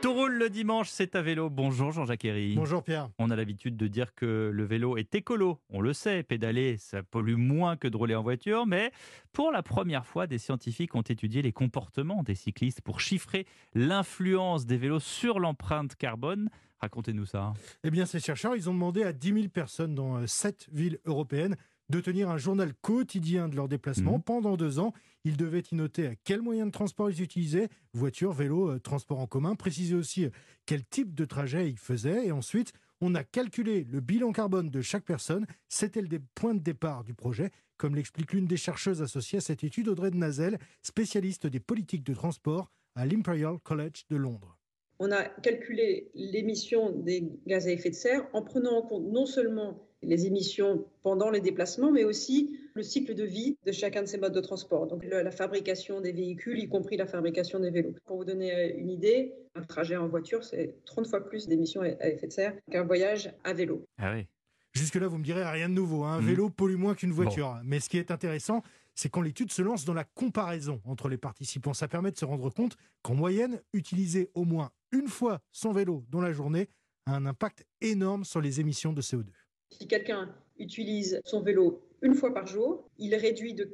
Tout roule le dimanche, c'est à vélo. Bonjour Jean-Jacques Herry. Bonjour Pierre. On a l'habitude de dire que le vélo est écolo. On le sait, pédaler, ça pollue moins que de rouler en voiture. Mais pour la première fois, des scientifiques ont étudié les comportements des cyclistes pour chiffrer l'influence des vélos sur l'empreinte carbone. Racontez-nous ça. Eh bien, ces chercheurs, ils ont demandé à 10 000 personnes dans 7 villes européennes de tenir un journal quotidien de leurs déplacements. Pendant 2 ans, ils devaient y noter quels moyens de transport ils utilisaient, voiture, vélo, transport en commun, préciser aussi quel type de trajet ils faisaient. Et ensuite, on a calculé le bilan carbone de chaque personne. C'était le point de départ du projet, comme l'explique l'une des chercheuses associées à cette étude, Audrey de Nazel, spécialiste des politiques de transport à l'Imperial College de Londres. On a calculé l'émission des gaz à effet de serre en prenant en compte non seulement les émissions pendant les déplacements, mais aussi le cycle de vie de chacun de ces modes de transport. Donc la fabrication des véhicules, y compris la fabrication des vélos. Pour vous donner une idée, un trajet en voiture, c'est 30 fois plus d'émissions à effet de serre qu'un voyage à vélo. Ah oui. Jusque-là, vous me direz rien de nouveau. Un vélo pollue moins qu'une voiture. Bon. Mais ce qui est intéressant, c'est quand l'étude se lance dans la comparaison entre les participants. Ça permet de se rendre compte qu'en moyenne, utiliser au moins une fois son vélo dans la journée a un impact énorme sur les émissions de CO2. Si quelqu'un utilise son vélo une fois par jour, il réduit de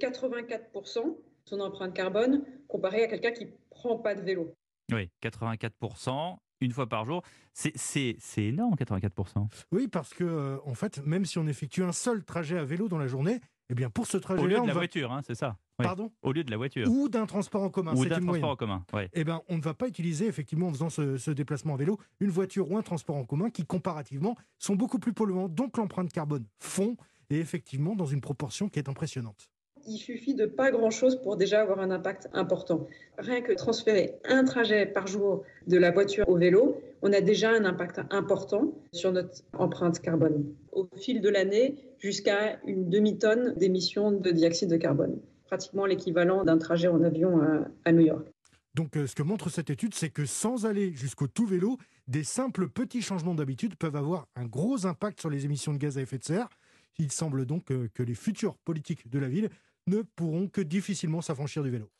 84% son empreinte carbone comparé à quelqu'un qui ne prend pas de vélo. Oui, 84%. Une fois par jour, c'est énorme, 84%. Oui, parce que en fait, même si on effectue un seul trajet à vélo dans la journée, eh bien pour ce trajet-là, Au lieu de la voiture, hein, c'est ça. Oui. Pardon ? Au lieu de la voiture. Ou d'un transport en commun. Ou c'est d'un une transport moyenne. en commun. Ouais. Eh ben, on ne va pas utiliser, effectivement, en faisant ce déplacement à vélo, une voiture ou un transport en commun qui, comparativement, sont beaucoup plus polluants. Donc, l'empreinte carbone fond, et effectivement, dans une proportion qui est impressionnante. Il suffit de pas grand-chose pour déjà avoir un impact important. Rien que transférer un trajet par jour de la voiture au vélo, on a déjà un impact important sur notre empreinte carbone. Au fil de l'année, jusqu'à une demi-tonne d'émissions de dioxyde de carbone. Pratiquement l'équivalent d'un trajet en avion à New York. Donc, ce que montre cette étude, c'est que sans aller jusqu'au tout vélo, des simples petits changements d'habitude peuvent avoir un gros impact sur les émissions de gaz à effet de serre. Il semble donc que les futures politiques de la ville ne pourront que difficilement s'affranchir du vélo.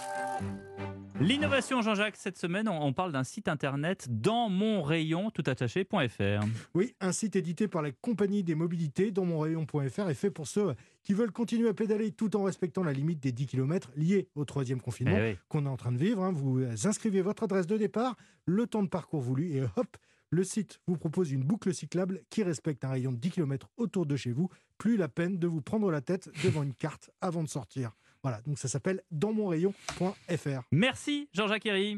L'innovation, Jean-Jacques, cette semaine, on parle d'un site internet dans monrayon toutattaché.fr. Oui, un site édité par la compagnie des mobilités dans monrayon.fr est fait pour ceux qui veulent continuer à pédaler tout en respectant la limite des 10 km liée au 3e confinement qu'on est en train de vivre. Vous inscrivez votre adresse de départ, le temps de parcours voulu et hop, le site vous propose une boucle cyclable qui respecte un rayon de 10 km autour de chez vous. Plus la peine de vous prendre la tête devant une carte avant de sortir. Voilà, donc ça s'appelle dansmonrayon.fr. Merci Jean-Jacques Herry.